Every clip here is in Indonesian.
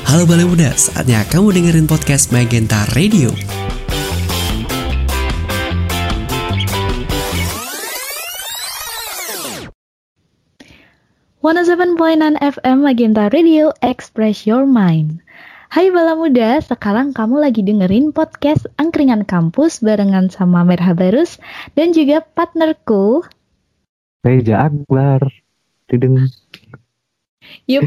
Halo Bala Muda, saatnya kamu dengerin podcast Magenta Radio. .9 FM Magenta Radio, Express Your Mind. Hai Bala Muda, sekarang kamu lagi dengerin podcast Angkringan Kampus barengan sama Merhabarus dan juga partnerku Reja Akbar. Tideng. Yup.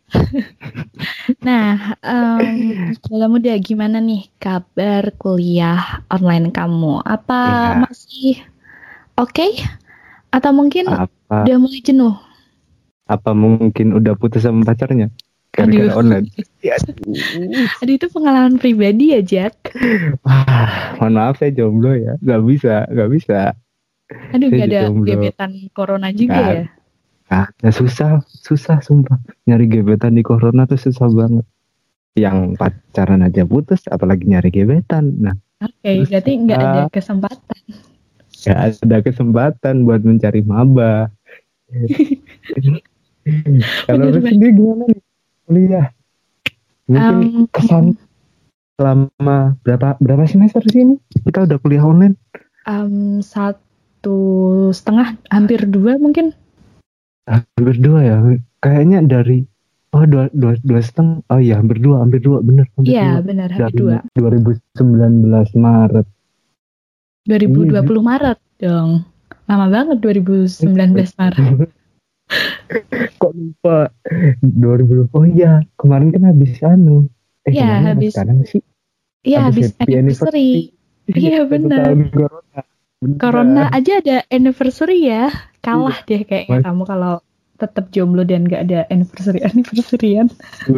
Nah, Bala Muda, gimana nih kabar kuliah online kamu? Apa masih oke? Atau mungkin udah mulai jenuh? Apa mungkin udah putus sama pacarnya? Gara-gara online. Aduh, itu pengalaman pribadi ya, Jack. Mohon maaf saya jomblo ya. Gak bisa. Aduh, gak ada gebetan corona juga ya? Susah sumpah. Nyari gebetan di corona tuh susah banget. Yang pacaran aja putus, apalagi nyari gebetan. Nah, Oke, berarti gak ada kesempatan. Gak ada kesempatan buat mencari maba. Kalau lu sendiri gimana nih kuliah? Mungkin kesan selama berapa semester sih ini? Kita udah kuliah online? 1,5, hampir 2 mungkin. Hampir 2 ya? Kayaknya dari dua setengah. Oh iya, hampir 2 bener. Iya benar, hampir 2. 2019 Maret. 2020 Maret dong. Lama banget 2019 Maret. Kok lupa 2020? Oh iya, kemarin kan habis Iya, habis sekarang sih. Iya, habis anniversary. Iya benar. Corona aja ada anniversary ya. Kalah deh kayaknya kamu kalau tetap jomblo dan gak ada anniversary-an.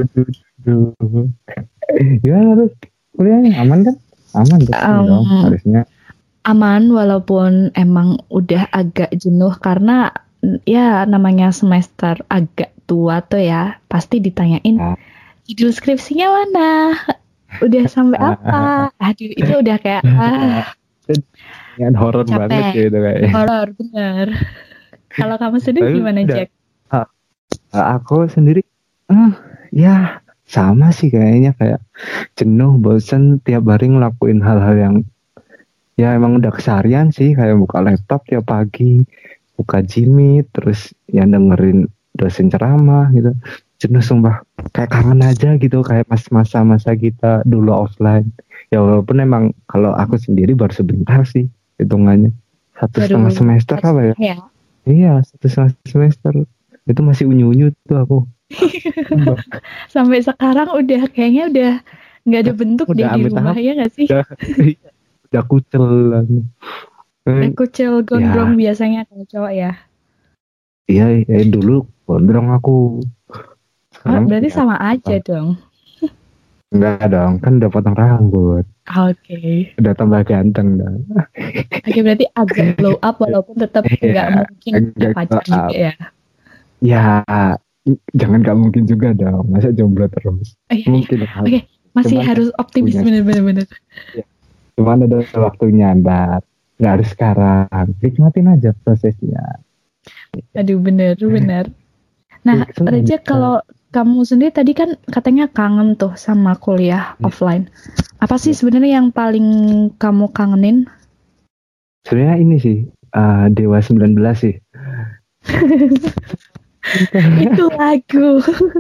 Gimana terus kuliahnya aman kan? Aman dong harusnya. Aman walaupun emang udah agak jenuh karena ya namanya semester agak tua tuh ya, pasti ditanyain judul skripsinya mana, udah sampai apa. Aduh, itu udah kayak yang horor banget gitu kayak. Horor bener. Kalau kamu sendiri gimana, Jack? Aku sendiri ya sama sih kayaknya, kayak jenuh, bosen tiap hari ngelakuin hal-hal yang ya emang udah keseharian sih, kayak buka laptop tiap pagi, buka Jimmy, terus ya dengerin dosen ceramah gitu. Jenuh sumpah, kayak kangen aja gitu, kayak masa-masa kita dulu offline. Ya walaupun emang kalau aku sendiri baru sebentar sih hitungannya, 1,5 semester apa ya? Iya, 1,5 semester. Itu masih unyu-unyu tuh aku. Sampai sekarang kayaknya udah nggak ada bentuk deh di rumah, ya nggak sih? Udah kucel lagi. Kucel gondrong biasanya kalau cowok ya. Iya, dulu gondrong aku. Berarti sama aja dong. Enggak dong, kan udah potong rambut. Oke. Udah tambah ganteng dong. Oke, berarti agak glow up walaupun tetap nggak mungkin pacar juga ya. Ya, jangan nggak mungkin juga dong. Masa jomblo terus? Mungkin. Oke, masih harus optimis bener-bener. Ya. Cuman ada waktunya, Mbak. Nggak harus sekarang, nikmatin aja prosesnya. Aduh, bener. Nah, Reja, kalau kamu sendiri tadi kan katanya kangen tuh sama kuliah offline. Apa sih sebenarnya yang paling kamu kangenin? Sebenarnya ini sih, Dewa 19 sih. Itu lagu.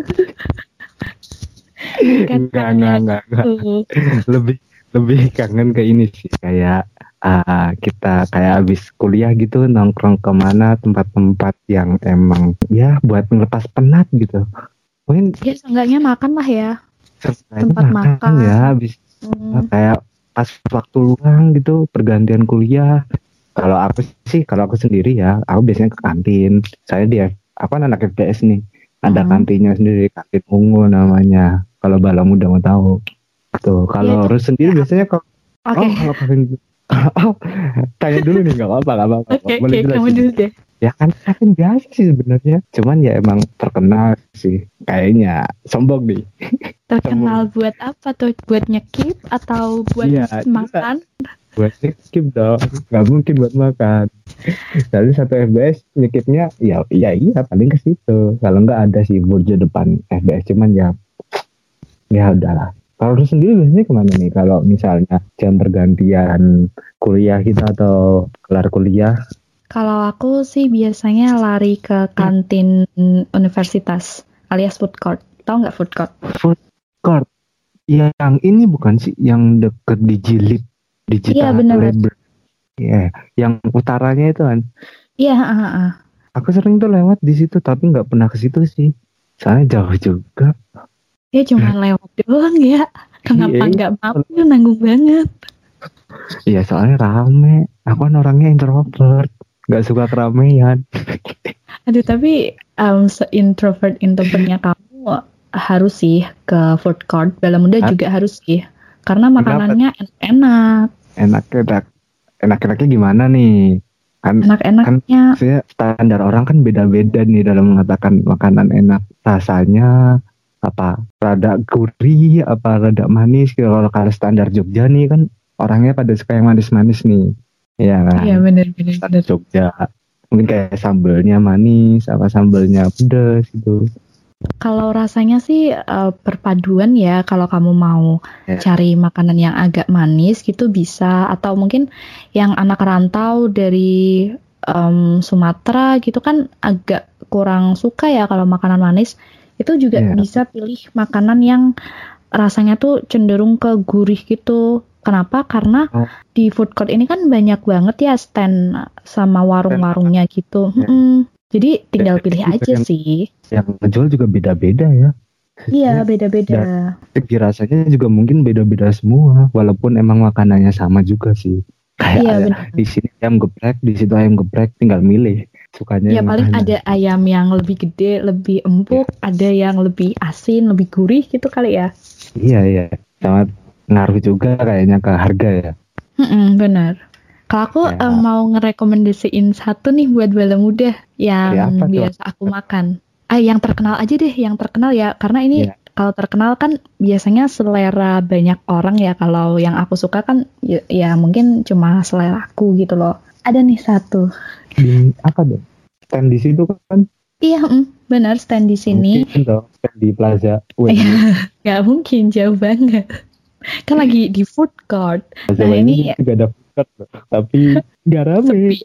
Enggak. Lebih kangen ke ini sih, kayak kita kayak habis kuliah gitu nongkrong kemana, tempat-tempat yang emang ya buat ngelepas penat gitu. Mungkin ya seenggaknya makan lah ya, tempat makan ya, habis kayak pas waktu luang gitu pergantian kuliah. Kalau aku sendiri ya, aku biasanya ke kantin. Aku kan anak FPS nih, ada kantinnya sendiri, kantin ungu namanya. Kalau Bala Muda mau tahu. Tuh, kalau Rus sendiri biasanya kalau kantin. Tanya dulu nih, nggak apa-apa. Oke, kamu dulu deh. Ya kan biasa sih sebenarnya. Cuman ya emang terkenal sih. Kayaknya sombong nih. Terkenal buat apa tuh? Buat nyekip atau buat makan? Buat nyekip dong. Nggak mungkin buat makan. Tapi satu FBS nyekipnya iya paling ke situ. Kalau nggak ada sih burjo depan FBS. Cuman ya Ya udahlah. Kalau lu sendiri biasanya kemana nih? Kalau misalnya jam pergantian kuliah kita atau kelar kuliah? Kalau aku sih biasanya lari ke kantin universitas alias food court. Tahu nggak food court? Food court. Yang ini bukan sih yang deket di Jilid, Iya Digital benar. Library. Iya, yang utaranya itu kan. Iya, Aku sering tuh lewat di situ tapi nggak pernah ke situ sih. Soalnya jauh juga. ya cuma lewat doang ya. Kenapa Iya, nggak mampu nanggung banget? iya soalnya rame. Aku kan orangnya introvert, nggak suka keramaian. Aduh tapi se-introvertnya kamu harus sih ke food court. Bala Muda juga harus sih. Karena makanannya enak-enak. Enak-enaknya gimana nih? Kan Enak-enaknya. saya standar orang kan beda-beda nih dalam mengatakan makanan enak. Rasanya apa? Rada gurih, apa rada manis? Kalau standar Jogja nih kan orangnya pada suka yang manis-manis nih. Iya kan? Iya benar. Standar Jogja. Mungkin kayak sambelnya manis, apa sambelnya pedas gitu. Kalau rasanya sih perpaduan ya, kalau kamu mau cari makanan yang agak manis gitu bisa, atau mungkin yang anak rantau dari Sumatera gitu kan agak kurang suka ya kalau makanan manis, itu juga bisa pilih makanan yang rasanya tuh cenderung ke gurih gitu. Kenapa? Karena di food court ini kan banyak banget ya stand sama warung-warungnya gitu. Jadi tinggal pilih aja sih. Yang ngejual juga beda-beda ya. Iya, beda-beda. Segi rasanya juga mungkin beda-beda semua, walaupun emang makanannya sama juga sih. Kayak di sini ayam geprek, di situ ayam geprek, tinggal milih sukanya. Ya paling ada ayam yang lebih gede, lebih empuk, ada yang lebih asin, lebih gurih gitu kali ya. Iya, sangat ngaruh juga kayaknya ke harga ya. Benar. Kalau aku mau ngerekomendasiin satu nih buat bala muda yang biasa aku makan. Yang terkenal aja deh, yang terkenal ya. Karena ini kalau terkenal kan biasanya selera banyak orang ya. Kalau yang aku suka kan ya mungkin cuma selera aku gitu loh. Ada nih satu. Apa deh? Stand di situ kan? Iya, benar stand di sini. Mungkin dong, stand di Plaza. Gak mungkin, jauh banget. Kan lagi di food court. Nah ini juga ada food court, tapi gak rame.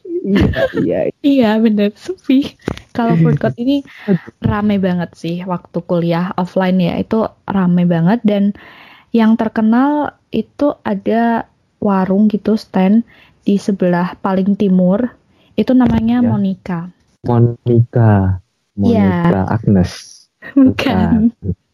Iya bener, sepi. Kalau food court ini rame banget sih waktu kuliah offline ya, itu rame banget. Dan yang terkenal itu ada warung gitu, stand di sebelah paling timur, itu namanya Monica. Agnes. Bukan.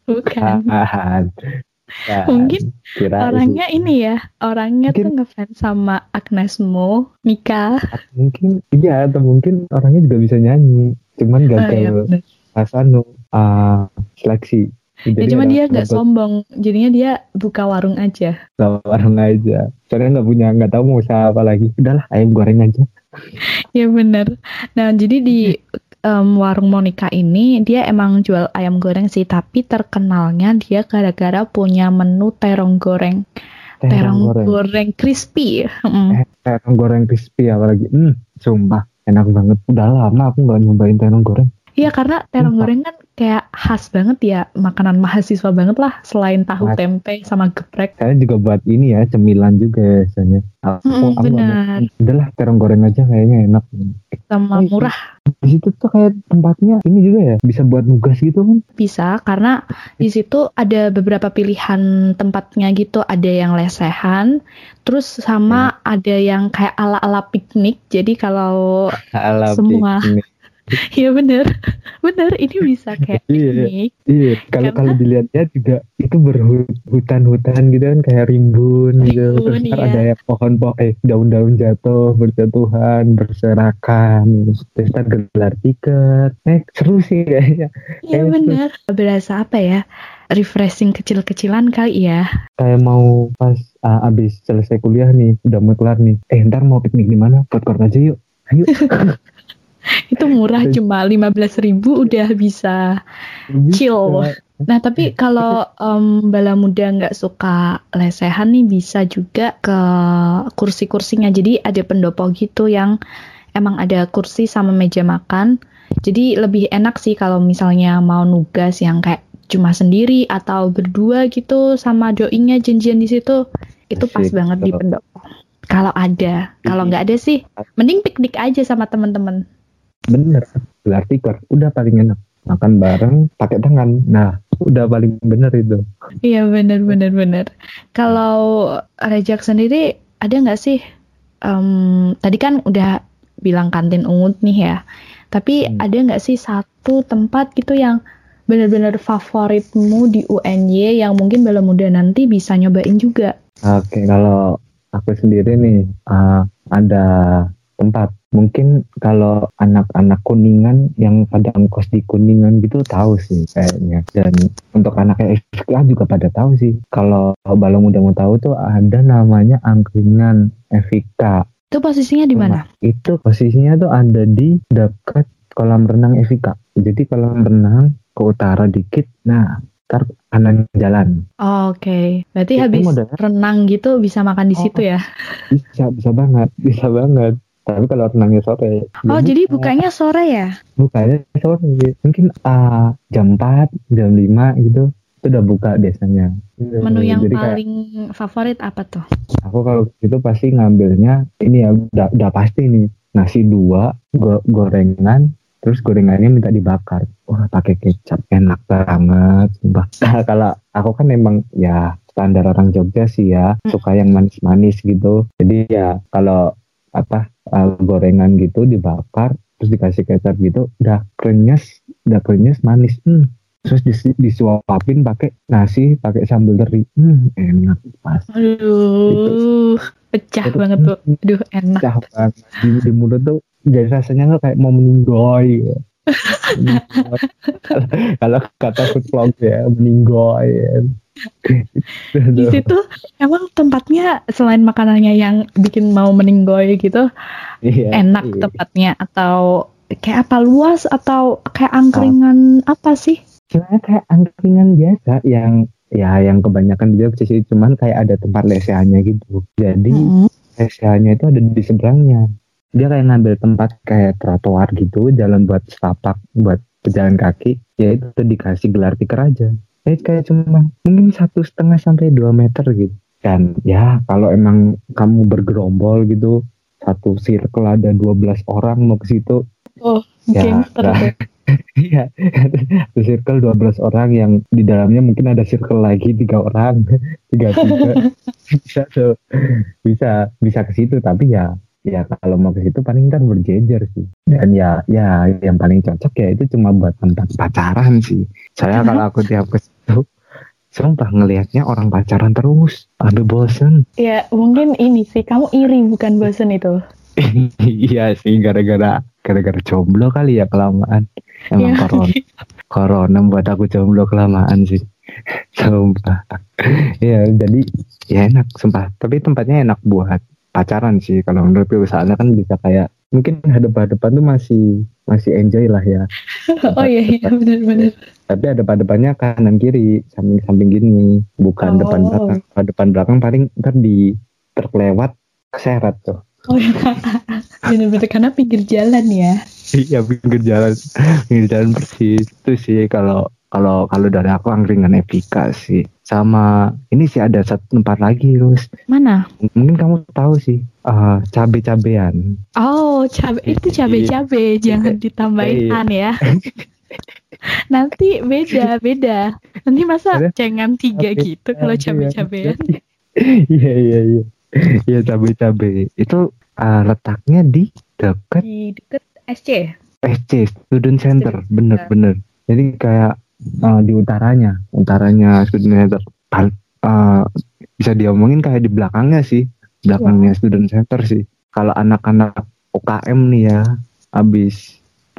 Mungkin orangnya ini ya, orangnya tuh ngefans sama Agnes Mo, Mika. Mungkin iya, atau mungkin orangnya juga bisa nyanyi, cuman gagal pas seleksi. Ya cuma dia nggak sombong, jadinya dia buka warung aja. Soalnya nggak tahu mau usaha apa lagi. Udahlah, ayam goreng aja. Ya benar. Nah jadi di warung Monica ini dia emang jual ayam goreng sih, tapi terkenalnya dia gara-gara punya menu terong goreng crispy. Terong goreng crispy apalagi, sumpah enak banget. Udah lama aku nggak nyobain terong goreng. Iya karena terong goreng kan kayak khas banget ya, makanan mahasiswa banget lah, selain tahu tempe sama geprek. Saya juga buat ini ya, cemilan juga biasanya. Benar. Udahlah terong goreng aja kayaknya enak. Sama murah. Di situ tuh kayak tempatnya ini juga ya, bisa buat nugas gitu kan? Bisa, karena di situ ada beberapa pilihan tempatnya gitu, ada yang lesehan, terus sama ada yang kayak ala-ala piknik. Jadi kalau semua iya bener ini bisa kayak piknik. Iya. Kalau dilihatnya juga itu berhutan-hutan gitu kan, kayak rimbun gitu. Terus ada yang daun-daun jatuh berjatuhan berserakan. Terus gelar tiket. Seru sih kayaknya. Iya bener. Berasa apa ya? Refreshing kecil-kecilan kali ya. Kayak mau pas abis selesai kuliah nih, udah mau kelar nih. Ntar mau piknik di mana? Food court aja yuk. Ayo. Itu murah, cuma 15.000 udah bisa chill. Nah tapi kalau bala muda nggak suka lesehan nih, bisa juga ke kursi-kursinya. Jadi ada pendopo gitu yang emang ada kursi sama meja makan. Jadi lebih enak sih kalau misalnya mau nugas yang kayak cuma sendiri atau berdua gitu sama doinya janjian di situ, itu pas Asik. banget di pendopo. Kalau ada, kalau nggak ada sih, mending piknik aja sama teman-teman. Bener, gelar tikar udah paling enak, makan bareng pakai tangan, nah udah paling bener itu. Iya benar. Kalau Rejak sendiri ada nggak sih? Tadi kan udah bilang kantin Ungut nih ya. Tapi ada nggak sih satu tempat gitu yang benar-benar favoritmu di UNY yang mungkin bala muda nanti bisa nyobain juga? Oke, kalau aku sendiri nih ada tempat. Mungkin kalau anak-anak Kuningan yang pada ngkos di Kuningan gitu tahu sih kayaknya. Dan untuk anak FK juga pada tahu sih. Kalau bala muda mau tahu tuh ada namanya angkringan FK. Itu posisinya di mana? Nah, itu posisinya tuh ada di dekat kolam renang FK. Jadi kolam renang ke utara dikit. Nah, ntar kanan jalan. Oke. Berarti Itu habis modalnya- renang gitu bisa makan di situ ya? Bisa banget. Tapi kalau renangnya sore, Oh, jadi bukanya sore ya? bukanya sore. Mungkin jam 4, jam 5 gitu. Itu udah buka biasanya. Menu yang Jadi kayak paling favorit apa tuh? aku kalau gitu pasti ngambilnya ini ya, udah pasti nih. Nasi 2, gorengan, terus gorengannya minta dibakar. Wah, pakai kecap, enak banget. Sumpah. Kalau aku kan emang ya standar orang Jogja sih ya, suka yang manis-manis gitu. Jadi ya kalau gorengan gitu dibakar terus dikasih kecap gitu udah krenyes manis. Terus disuapin pakai nasi pakai sambal teri, enak pas. Aduh, pecah Itu- banget tuh. Aduh, enak. Cah banget di mulut tuh, jadi rasanya kayak mau meninggoy ya. Kalau kata food vlog ya, meninggoy ya. Di situ emang tempatnya selain makanannya yang bikin mau meninggoy gitu, Iya, enak iya. tempatnya atau kayak apa, luas atau kayak angkringan apa sih? Sebenarnya kayak angkringan biasa yang kebanyakan di Jogja sih, cuman kayak ada tempat lesehannya gitu. Jadi lesehannya itu ada di seberangnya. Dia kayak ngambil tempat kayak trotoar gitu, jalan buat setapak buat pejalan kaki, ya itu dikasih gelar tikar aja. Kayak cuma mungkin 1,5 sampai 2 meter gitu. Dan ya kalau emang kamu bergerombol gitu, satu circle ada 12 orang mau ke situ, Oh, ya gangster tuh. iya, satu circle 12 orang yang di dalamnya mungkin ada circle lagi 3 orang, 3 bisa ke situ. Tapi ya kalau mau ke situ paling kan berjejer sih. Dan ya yang paling cocok ya itu cuma buat tempat pacaran sih. Saya kalau aku tiap ke situ sumpah ngelihatnya orang pacaran terus, aduh bosen. Ya, mungkin ini sih kamu iri bukan bosen itu. Iya sih, gara-gara jomblo kali ya kelamaan. Emang Iya. corona buat aku jomblo kelamaan sih. Sumpah. Iya, jadi ya enak sumpah. Tapi tempatnya enak buat pacaran sih kalau menurutku, soalnya kan bisa kayak mungkin hadap-hadapan tuh masih enjoy lah ya. Oh iya benar-benar. Tapi hadap-hadapannya kanan kiri, samping-samping gini, bukan depan belakang. Kalau depan belakang paling ntar terkelewat keseret tuh. Oh iya. Benar-benar karena pinggir jalan ya. Iya, pinggir jalan persis. Itu sih kalau dari aku angkringan Epika sih. Sama ini sih ada satu tempat lagi, Rus. Mana? Mungkin kamu tahu sih, cabe-cabean. Oh, itu cabe-cabe, jangan ditambahin an ya. Nanti beda. Nanti masa cengan 3 gitu kalau cabe-cabean. Iya. Iya, cabe-cabe. Itu letaknya di Deket SC. Student Center, bener. Jadi kayak di utaranya Student Center. Bisa diomongin kayak di belakangnya Student Center sih. Kalau anak-anak UKM nih ya, habis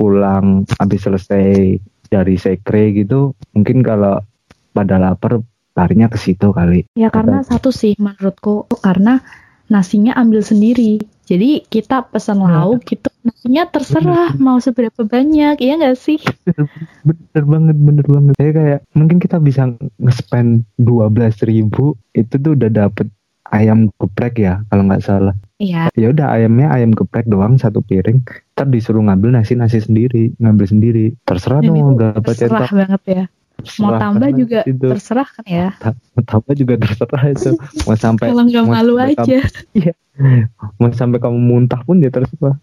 selesai dari sekre gitu, mungkin kalau pada lapar larinya ke situ kali. Ya karena satu sih menurutku, karena nasinya ambil sendiri. Jadi kita pesan lauk gitu, nasinya terserah mau seberapa banyak, iya nggak sih? Bener banget. Saya kayak mungkin kita bisa nge-spend 12.000 itu tuh udah dapet ayam geprek ya kalau nggak salah. Iya. Ya udah ayam geprek doang 1 piring. Ntar disuruh ngambil nasi sendiri, ngambil sendiri. Terserah Dan tuh itu berapa terserah centok. banget ya. Mau tambah banget juga itu. terserah kan ya. Mau tambah juga terserah itu. Mau sampai Kalau nggak mau malu sampai aja. Iya. Mau sampai kamu muntah pun ya terserah.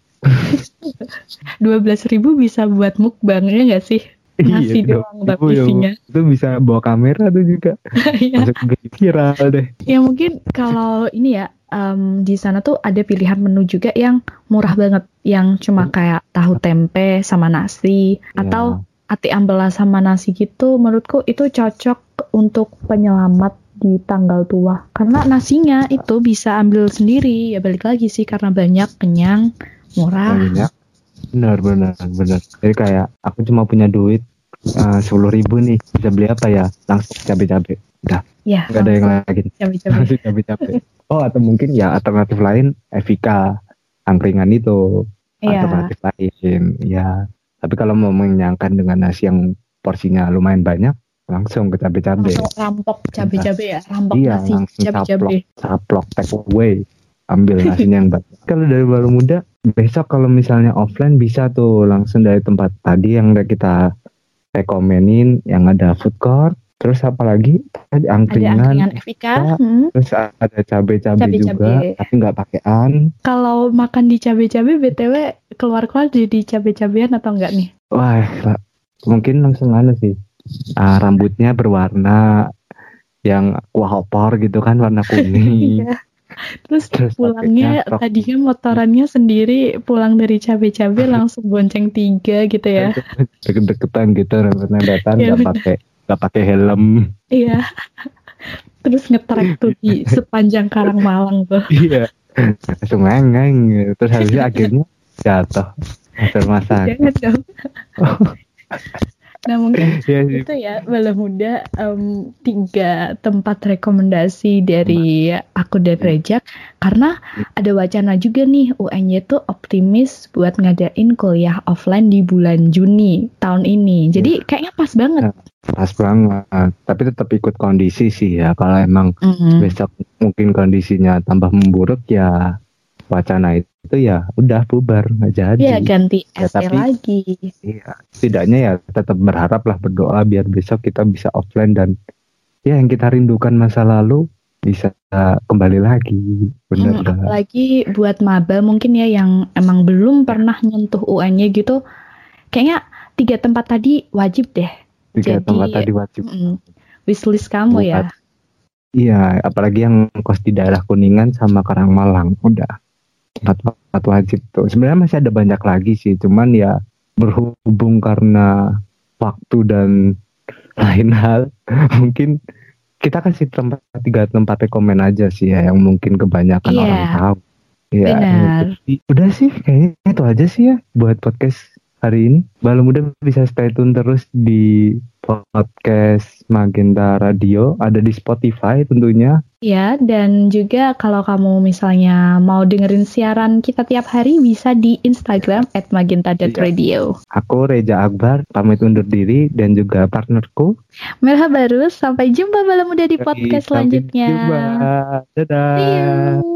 12.000 bisa buat mukbang ya nggak sih? Nasi Iya, doang tapi ya, isinya. itu bisa bawa kamera tuh juga. Iya. Masuk ke viral deh. Ya mungkin kalau ini ya di sana tuh ada pilihan menu juga yang murah banget, yang cuma kayak tahu tempe sama nasi atau ati ambela sama nasi gitu. Menurutku itu cocok untuk penyelamat di tanggal tua karena nasinya itu bisa ambil sendiri, ya balik lagi sih karena banyak, kenyang, murah. Banyak. Benar. Jadi kayak aku cuma punya duit 10.000 nih, bisa beli apa ya? Langsung cabe-cabe. Udah. Ya, Nggak ada yang lagi. cabe-cabe. Langsung cabe-cabe. Oh, atau mungkin ya alternatif lain Evika, angkringan itu. Iya. Alternatif lain. Ya. Tapi kalau mau mengenyangkan dengan nasi yang porsinya lumayan banyak, langsung ke cabe-cabe. Langsung rampok cabe-cabe ya, rampok Iya, nasi langsung cabe-cabe. saplok take away. Ambil nasinya yang banyak. Kalau dari Baru Muda, besok kalau misalnya offline bisa tuh langsung dari tempat tadi yang udah kita rekomenin, yang ada food court, terus apa lagi? Tadi Ada angkringan Evika, terus ada cabe-cabe juga, tapi nggak pakean. Kalau makan di cabe-cabe, BTW keluar-keluar jadi cabe-cabean atau enggak nih? Wah, mungkin langsung ada sih. Rambutnya berwarna yang kuah opor gitu kan, warna kuning. Iya. Terus pakainya pulangnya tadinya motorannya sendiri, pulang dari cabe-cabe langsung bonceng 3 gitu ya. Deket-deketan gitu, rambut-rambatan, Iya, nggak pakai helm. Iya. Terus ngetrek tuh di sepanjang Karangmalang tuh. Iya. Langsung ngeng. Terus habisnya akhirnya jatuh. Masa. Jangan dong. Nah mungkin Iya, itu ya Bala Muda 3 tempat rekomendasi dari aku dan Rejak, karena ada wacana juga nih UNY tuh optimis buat ngadain kuliah offline di bulan Juni tahun ini, jadi kayaknya pas banget. Pas banget, tapi tetap ikut kondisi sih ya. Kalau emang besok mungkin kondisinya tambah memburuk ya, wacana itu ya udah bubar, nggak jadi. Iya, ganti SE lagi. Iya, setidaknya ya tetap berharap lah, berdoa biar besok kita bisa offline dan ya yang kita rindukan masa lalu bisa kembali lagi. Bener. Apalagi buat maba mungkin ya yang emang belum pernah nyentuh UN-nya gitu, kayaknya 3 tempat tadi wajib deh. 3 tempat tadi wajib. Wishlist kamu ya. Iya, apalagi yang kos di daerah Kuningan sama Karangmalang, udah 4 wajib tuh. Sebenarnya masih ada banyak lagi sih, cuman ya berhubung karena waktu dan lain hal, mungkin kita kasih 3 tempat rekomen aja sih ya, yang mungkin kebanyakan orang tahu. Ya, benar. Udah sih, kayaknya itu aja sih ya buat podcast hari ini. Bala Muda bisa stay tune terus di podcast Magenta Radio, ada di Spotify tentunya. Ya, dan juga kalau kamu misalnya mau dengerin siaran kita tiap hari, bisa di Instagram @magenta.radio. Aku Reja Akbar, pamit undur diri, dan juga partnerku Merha Barus. Sampai jumpa Bala Muda di podcast selanjutnya. Sampai jumpa. Dadah. See you.